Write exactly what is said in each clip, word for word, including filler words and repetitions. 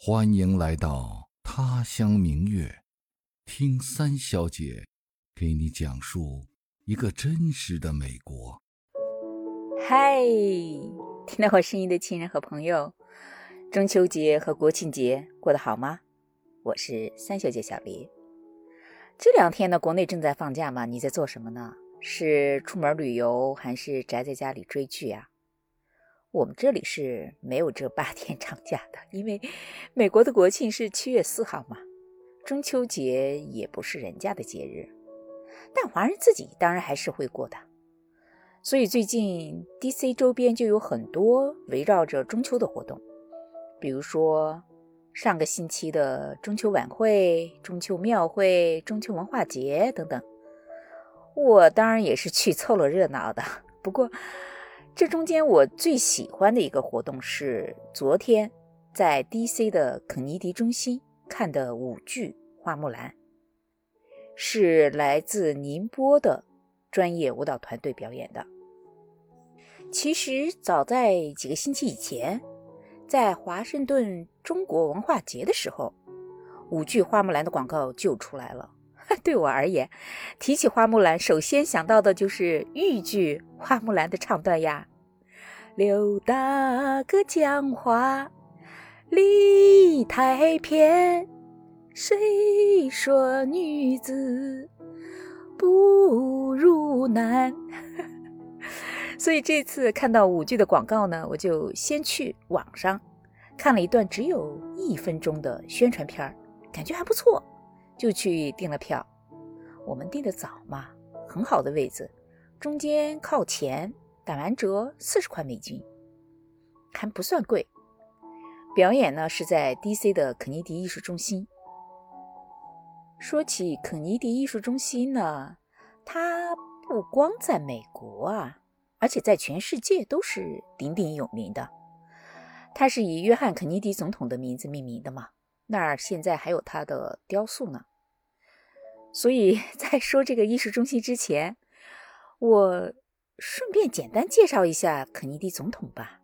欢迎来到他乡明月，听三小姐给你讲述一个真实的美国。 嗨，听到我声音的亲人和朋友，中秋节和国庆节过得好吗？我是三小姐小黎。这两天呢，国内正在放假嘛，你在做什么呢？是出门旅游还是宅在家里追剧啊？我们这里是没有这八天长假的，因为美国的国庆是七月四号嘛，中秋节也不是人家的节日，但华人自己当然还是会过的。所以最近 D C 周边就有很多围绕着中秋的活动，比如说上个星期的中秋晚会、中秋庙会、中秋文化节等等。我当然也是去凑了热闹的，不过这中间我最喜欢的一个活动是昨天在 D C 的肯尼迪中心看的舞剧《花木兰》，是来自宁波的专业舞蹈团队表演的。其实早在几个星期以前，在华盛顿中国文化节的时候，舞剧《花木兰》的广告就出来了。对我而言，提起花木兰，首先想到的就是豫剧《花木兰》的唱段呀。刘大哥讲话理太偏，谁说女子不如男？所以这次看到舞剧的广告呢，我就先去网上看了一段只有一分钟的宣传片，感觉还不错，就去订了票。我们订的早嘛，很好的位子，中间靠前，打完折四十块美金，还不算贵。表演呢是在 D C 的肯尼迪艺术中心。说起肯尼迪艺术中心呢，它不光在美国啊，而且在全世界都是鼎鼎有名的。它是以约翰肯尼迪总统的名字命名的嘛，那儿现在还有他的雕塑呢。所以在说这个艺术中心之前，我顺便简单介绍一下肯尼迪总统吧。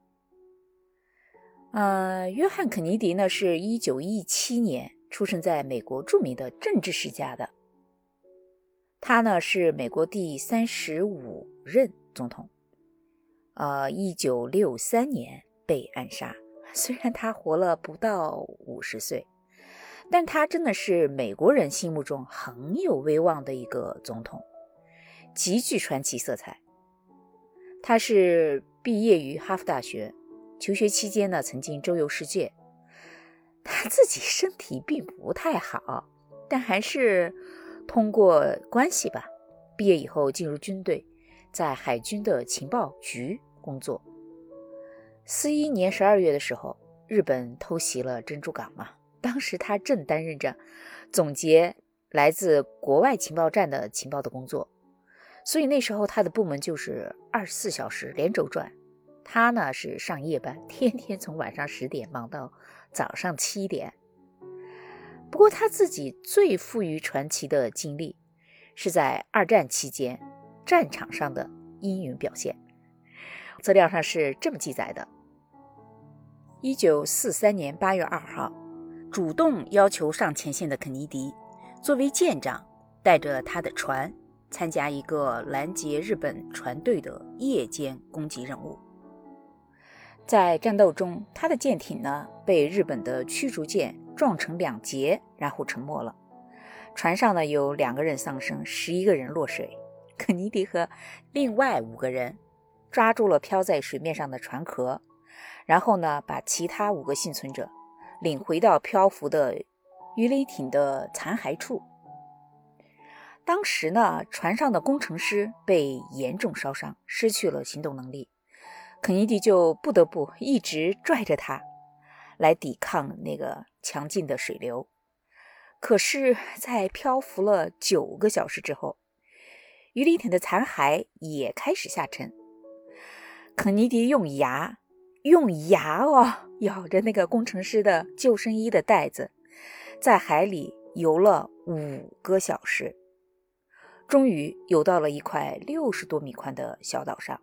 呃，约翰肯尼迪呢是一九一七年出生在美国著名的政治世家的。他呢是美国第三十五任总统，呃，一九六三年被暗杀。虽然他活了不到五十岁，但他真的是美国人心目中很有威望的一个总统，极具传奇色彩。他是毕业于哈佛大学，求学期间呢曾经周游世界。他自己身体并不太好，但还是通过关系吧，毕业以后进入军队，在海军的情报局工作。四一年十二月的时候，日本偷袭了珍珠港嘛，当时他正担任着总结来自国外情报站的情报的工作，所以那时候他的部门就是二十四小时连轴转。他呢是上夜班，天天从晚上十点忙到早上七点。不过他自己最富于传奇的经历是在二战期间战场上的英勇表现。资料上是这么记载的：一九四三年八月二号，主动要求上前线的肯尼迪作为舰长，带着他的船参加一个拦截日本船队的夜间攻击任务。在战斗中，他的舰艇呢被日本的驱逐舰撞成两截，然后沉没了。船上呢有两个人丧生，十一个人落水。肯尼迪和另外五个人抓住了漂在水面上的船壳，然后呢把其他五个幸存者领回到漂浮的鱼雷艇的残骸处。当时呢船上的工程师被严重烧伤，失去了行动能力，肯尼迪就不得不一直拽着他来抵抗那个强劲的水流。可是在漂浮了九个小时之后，鱼雷艇的残骸也开始下沉。肯尼迪用牙用牙哦咬着那个工程师的救生衣的带子，在海里游了五个小时，终于游到了一块六十多米宽的小岛上。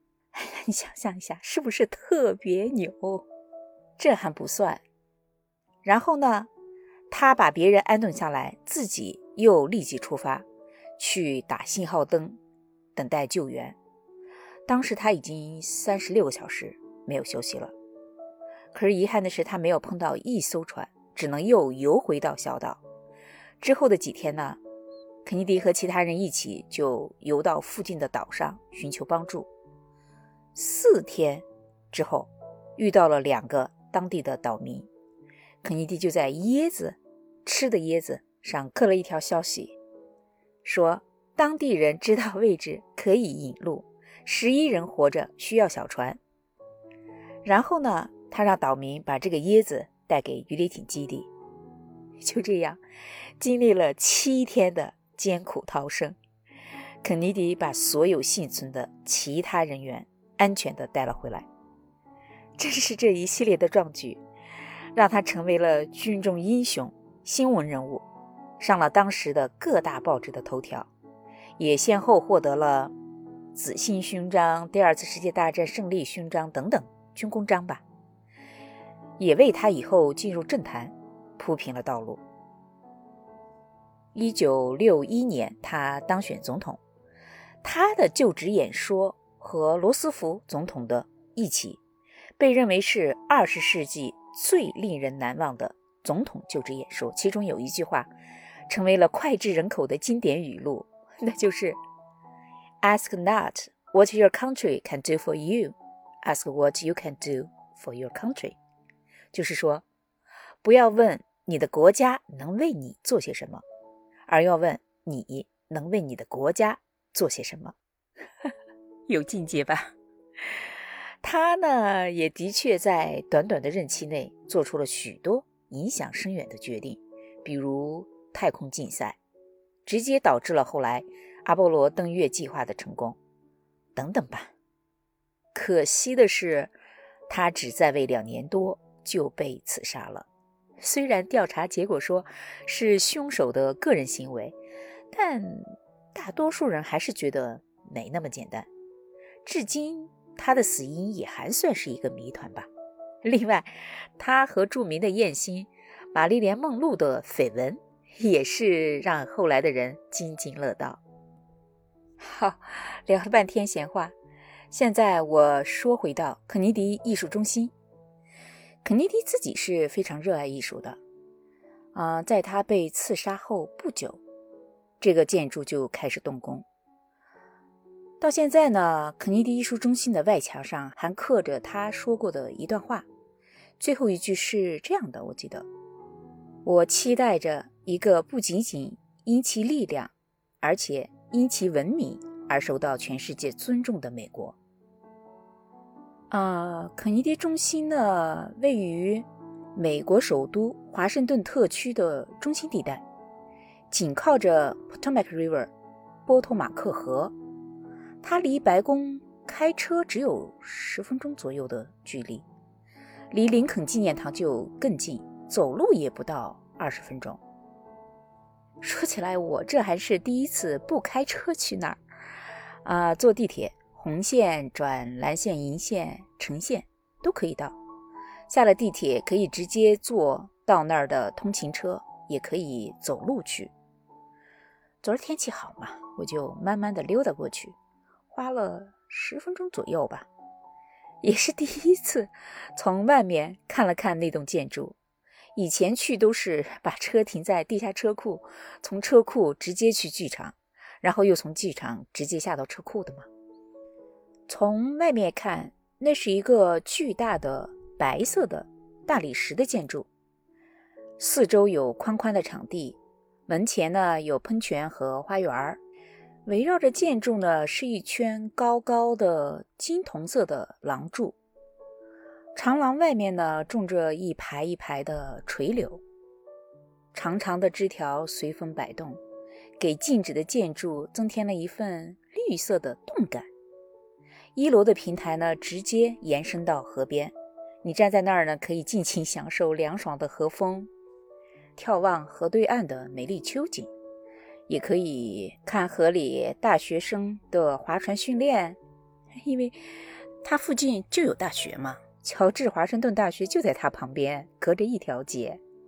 你想象一下，是不是特别牛？这还不算， 然后呢，他把别人安顿下来，自己又立即出发去打信号灯，等待救援。当时他已经三十六个小时没有休息了。可是遗憾的是，他没有碰到一艘船，只能又游回到小岛。之后的几天呢，肯尼迪和其他人一起就游到附近的岛上寻求帮助。四天之后，遇到了两个当地的岛民，肯尼迪就在椰子吃的椰子上刻了一条消息，说当地人知道位置可以引路，十一人活着，需要小船。然后呢，他让岛民把这个椰子带给鱼雷艇基地。就这样，经历了七天的艰苦逃生，肯尼迪把所有幸存的其他人员安全地带了回来。正是这一系列的壮举，让他成为了军中英雄、新闻人物，上了当时的各大报纸的头条，也先后获得了紫心勋章、第二次世界大战胜利勋章等等军功章吧，也为他以后进入政坛铺平了道路。一九六一年，他当选总统，他的就职演说和罗斯福总统的一起，被认为是二十世纪最令人难忘的总统就职演说。其中有一句话成为了脍炙人口的经典语录，那就是 Ask not what your country can do for you, ask what you can do for your country。 就是说，不要问你的国家能为你做些什么，而要问你能为你的国家做些什么。有境界吧？他呢，也的确在短短的任期内做出了许多影响深远的决定，比如太空竞赛，直接导致了后来阿波罗登月计划的成功，等等吧。可惜的是，他只在位两年多就被刺杀了。虽然调查结果说是凶手的个人行为，但大多数人还是觉得没那么简单。至今他的死因也还算是一个谜团吧。另外，他和著名的艳星玛丽莲梦露的绯闻也是让后来的人津津乐道。好，聊了半天闲话，现在我说回到肯尼迪艺术中心。肯尼迪自己是非常热爱艺术的，呃，在他被刺杀后不久，这个建筑就开始动工。到现在呢，肯尼迪艺术中心的外墙上还刻着他说过的一段话，最后一句是这样的，我记得：我期待着一个不仅仅因其力量，而且因其文明而受到全世界尊重的美国。呃，肯尼迪中心呢，位于美国首都华盛顿特区的中心地带，紧靠着 Potomac River 波托马克河。它离白宫开车只有十分钟左右的距离，离林肯纪念堂就更近，走路也不到二十分钟。说起来，我这还是第一次不开车去那儿，啊、呃，坐地铁，红线转蓝线、银线、橙线都可以到。下了地铁可以直接坐到那儿的通勤车，也可以走路去。昨儿天气好嘛，我就慢慢的溜达过去，花了十分钟左右吧。也是第一次从外面看了看那栋建筑，以前去都是把车停在地下车库，从车库直接去剧场，然后又从剧场直接下到车库的嘛。从外面看，那是一个巨大的白色的大理石的建筑，四周有宽宽的场地，门前呢有喷泉和花园，围绕着建筑呢是一圈高高的金铜色的廊柱，长廊外面呢种着一排一排的垂柳，长长的枝条随风摆动，给静止的建筑增添了一份绿色的动感。一楼的平台呢直接延伸到河边，你站在那儿呢可以尽情享受凉爽的河风，眺望河对岸的美丽秋景，也可以看河里大学生的划船训练，因为它附近就有大学嘛，乔治华盛顿大学就在它旁边，隔着一条街。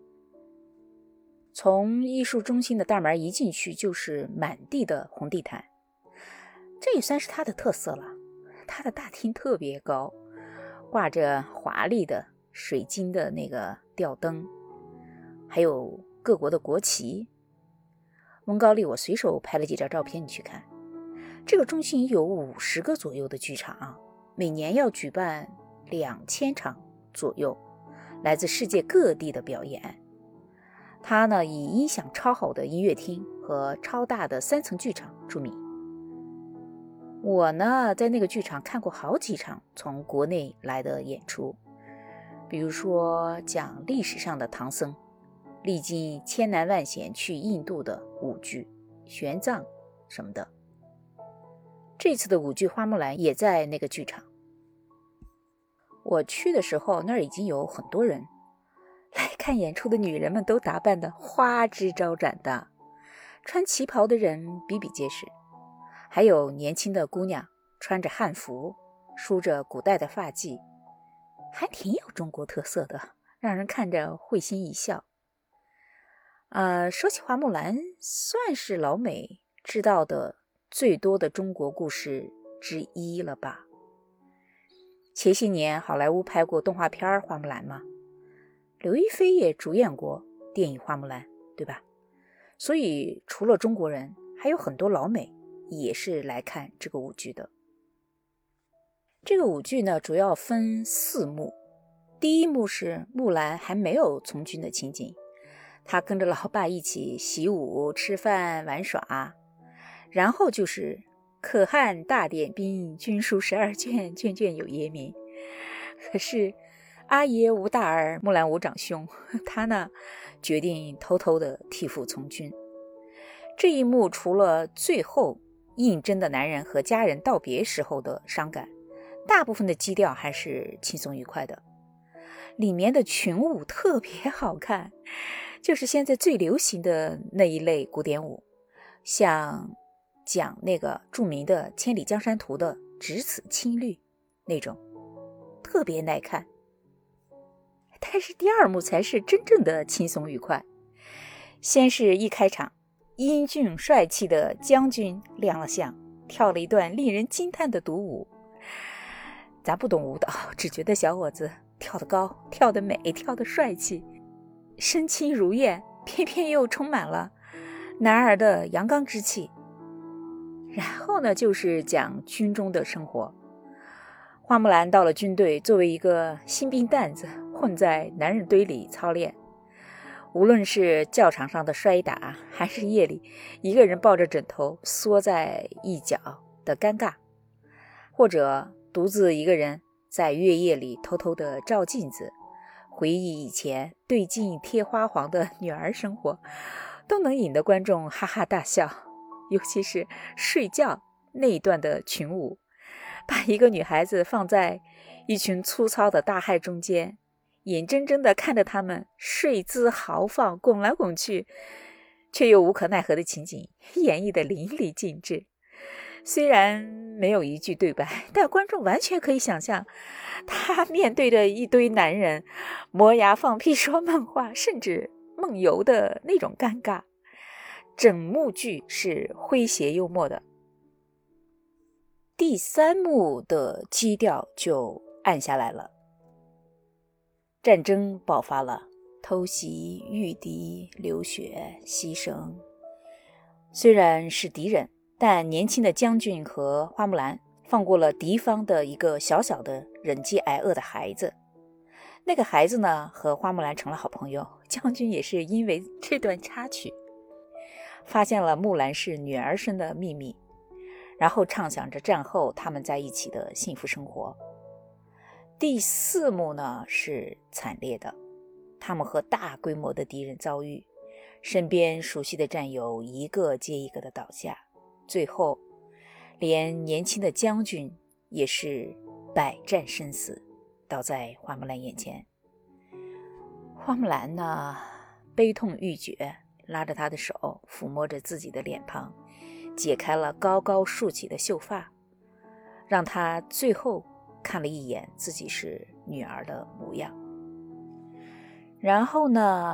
从艺术中心的大门一进去就是满地的红地毯，这也算是它的特色了。它的大厅特别高，挂着华丽的水晶的那个吊灯，还有各国的国旗。翁高丽我随手拍了几张照片，你去看。这个中心有五十个左右的剧场，每年要举办两千场左右来自世界各地的表演。它呢以音响超好的音乐厅和超大的三层剧场著名。我呢在那个剧场看过好几场从国内来的演出，比如说讲历史上的唐僧历经千难万险去印度的舞剧玄奘什么的。这次的舞剧花木兰也在那个剧场。我去的时候那儿已经有很多人来看演出，的女人们都打扮得花枝招展的，穿旗袍的人比比皆是，还有年轻的姑娘穿着汉服，梳着古代的发髻，还挺有中国特色的，让人看着会心一笑。呃，说起花木兰，算是老美知道的最多的中国故事之一了吧。前些年好莱坞拍过动画片花木兰嘛，刘亦菲也主演过电影花木兰，对吧？所以除了中国人，还有很多老美也是来看这个舞剧的。这个舞剧呢主要分四幕。第一幕是木兰还没有从军的情景，她跟着老爸一起习武、吃饭、玩耍。然后就是可汗大点兵，军书十二卷，卷卷有爷名。可是阿爷无大儿，木兰无长兄，他呢决定偷偷的替父从军。这一幕除了最后应征的男人和家人道别时候的伤感，大部分的基调还是轻松愉快的。里面的群舞特别好看，就是现在最流行的那一类古典舞，像讲那个著名的《千里江山图》的只此青绿那种，特别耐看。但是第二幕才是真正的轻松愉快。先是一开场，英俊帅气的将军亮了相，跳了一段令人惊叹的独舞。咱不懂舞蹈，只觉得小伙子跳得高，跳得美，跳得帅气，身轻如燕，偏偏又充满了男儿的阳刚之气。然后呢，就是讲军中的生活。花木兰到了军队，作为一个新兵蛋子，混在男人堆里操练。无论是教场上的摔打，还是夜里一个人抱着枕头缩在一角的尴尬，或者独自一个人在月夜里偷偷的照镜子，回忆以前对镜贴花黄的女儿生活，都能引得观众哈哈大笑。尤其是睡觉那一段的群舞，把一个女孩子放在一群粗糙的大汉中间，眼睁睁地看着他们睡姿豪放，拱来拱去，却又无可奈何的情景演绎得淋漓尽致。虽然没有一句对白，但观众完全可以想象他面对着一堆男人磨牙放屁说梦话，甚至梦游的那种尴尬。整幕剧是诙谐幽默的。第三幕的基调就暗下来了，战争爆发了，偷袭、御敌、流血、牺牲。虽然是敌人，但年轻的将军和花木兰放过了敌方的一个小小的忍饥挨饿的孩子。那个孩子呢，和花木兰成了好朋友，将军也是因为这段插曲发现了木兰是女儿身的秘密，然后畅想着战后他们在一起的幸福生活。第四幕呢是惨烈的，他们和大规模的敌人遭遇，身边熟悉的战友一个接一个的倒下，最后连年轻的将军也是百战生死，倒在花木兰眼前。花木兰呢悲痛欲绝，拉着他的手抚摸着自己的脸庞，解开了高高竖起的秀发，让他最后看了一眼自己是女儿的模样。然后呢，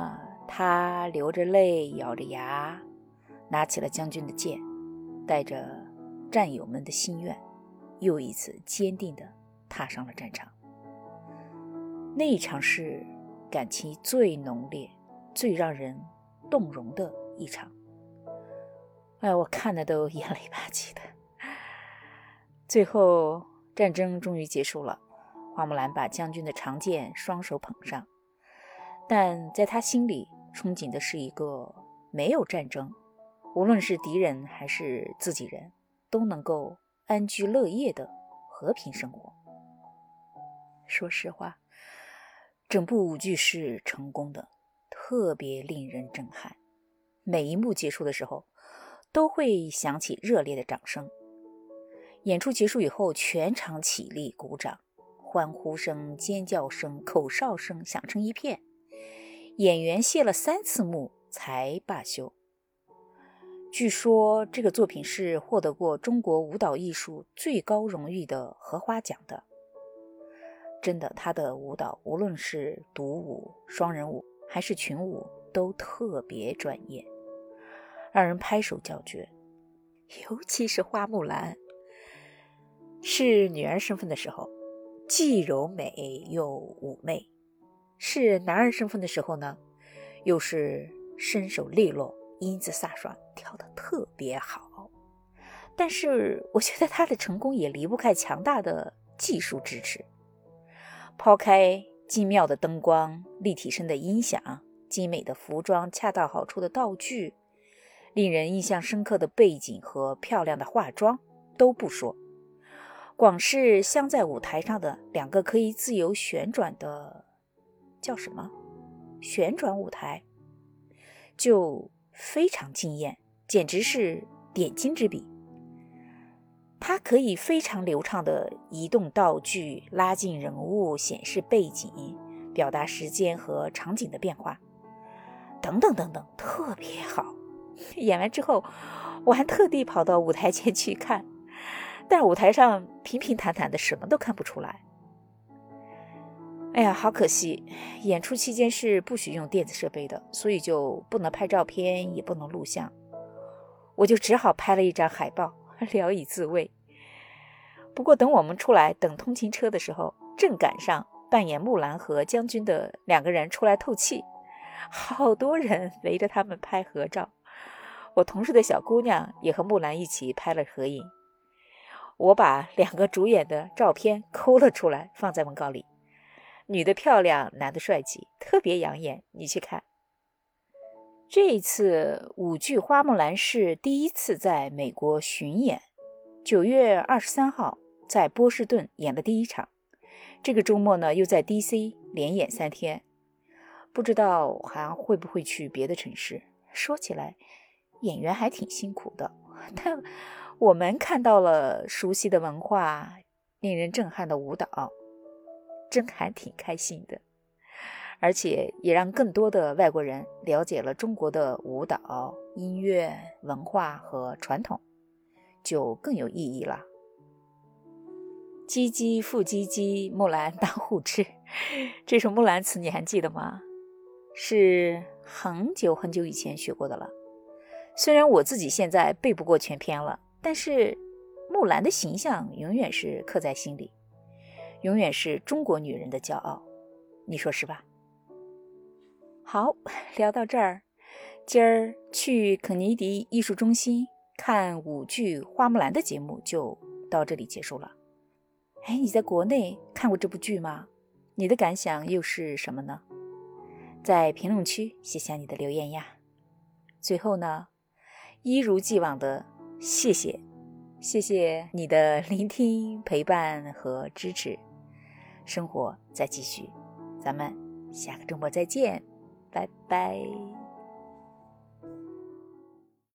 他流着泪，咬着牙，拿起了将军的剑，带着战友们的心愿，又一次坚定地踏上了战场。那一场是感情最浓烈、最让人动容的一场。哎，我看的都眼泪吧唧的。最后，战争终于结束了，花木兰把将军的长剑双手捧上，但在他心里憧憬的是一个没有战争，无论是敌人还是自己人，都能够安居乐业的和平生活。说实话，整部舞剧是成功的，特别令人震撼。每一幕结束的时候，都会响起热烈的掌声。演出结束以后，全场起立鼓掌，欢呼声、尖叫声、口哨声响成一片。演员谢了三次幕才罢休。据说这个作品是获得过中国舞蹈艺术最高荣誉的荷花奖的。真的，他的舞蹈无论是独舞、双人舞还是群舞都特别专业，让人拍手叫绝。尤其是花木兰是女儿身份的时候，既柔美又妩媚；是男儿身份的时候呢，又是身手利落，英姿飒爽，跳得特别好。但是我觉得他的成功也离不开强大的技术支持。抛开精妙的灯光、立体声的音响、精美的服装、恰到好处的道具、令人印象深刻的背景和漂亮的化妆都不说，光是镶在舞台上的两个可以自由旋转的叫什么旋转舞台就非常惊艳，简直是点睛之笔。它可以非常流畅地移动道具，拉近人物，显示背景，表达时间和场景的变化，等等等等，特别好。演完之后，我还特地跑到舞台前去看，但舞台上平平坦坦的，什么都看不出来。哎呀，好可惜，演出期间是不许用电子设备的，所以就不能拍照片，也不能录像。我就只好拍了一张海报，聊以自慰。不过等我们出来等通勤车的时候，正赶上扮演木兰和将军的两个人出来透气，好多人围着他们拍合照。我同事的小姑娘也和木兰一起拍了合影。我把两个主演的照片抠了出来，放在文稿里。女的漂亮，男的帅气，特别养眼，你去看。这一次舞剧《花木兰》是第一次在美国巡演，九月二十三号在波士顿演了第一场，这个周末呢又在 D C 连演三天，不知道还会不会去别的城市。说起来演员还挺辛苦的，但我们看到了熟悉的文化，令人震撼的舞蹈，真还挺开心的。而且也让更多的外国人了解了中国的舞蹈、音乐、文化和传统，就更有意义了。唧唧复唧唧，木兰当户织，这首木兰词你还记得吗？是很久很久以前学过的了。虽然我自己现在背不过全篇了，但是木兰的形象永远是刻在心里，永远是中国女人的骄傲，你说是吧？好，聊到这儿，今儿去肯尼迪艺术中心看舞剧《花木兰》的节目就到这里结束了。哎，你在国内看过这部剧吗？你的感想又是什么呢？在评论区写下你的留言呀。最后呢，一如既往的谢谢，谢谢你的聆听、陪伴和支持。生活在继续，咱们下个周末再见。拜拜。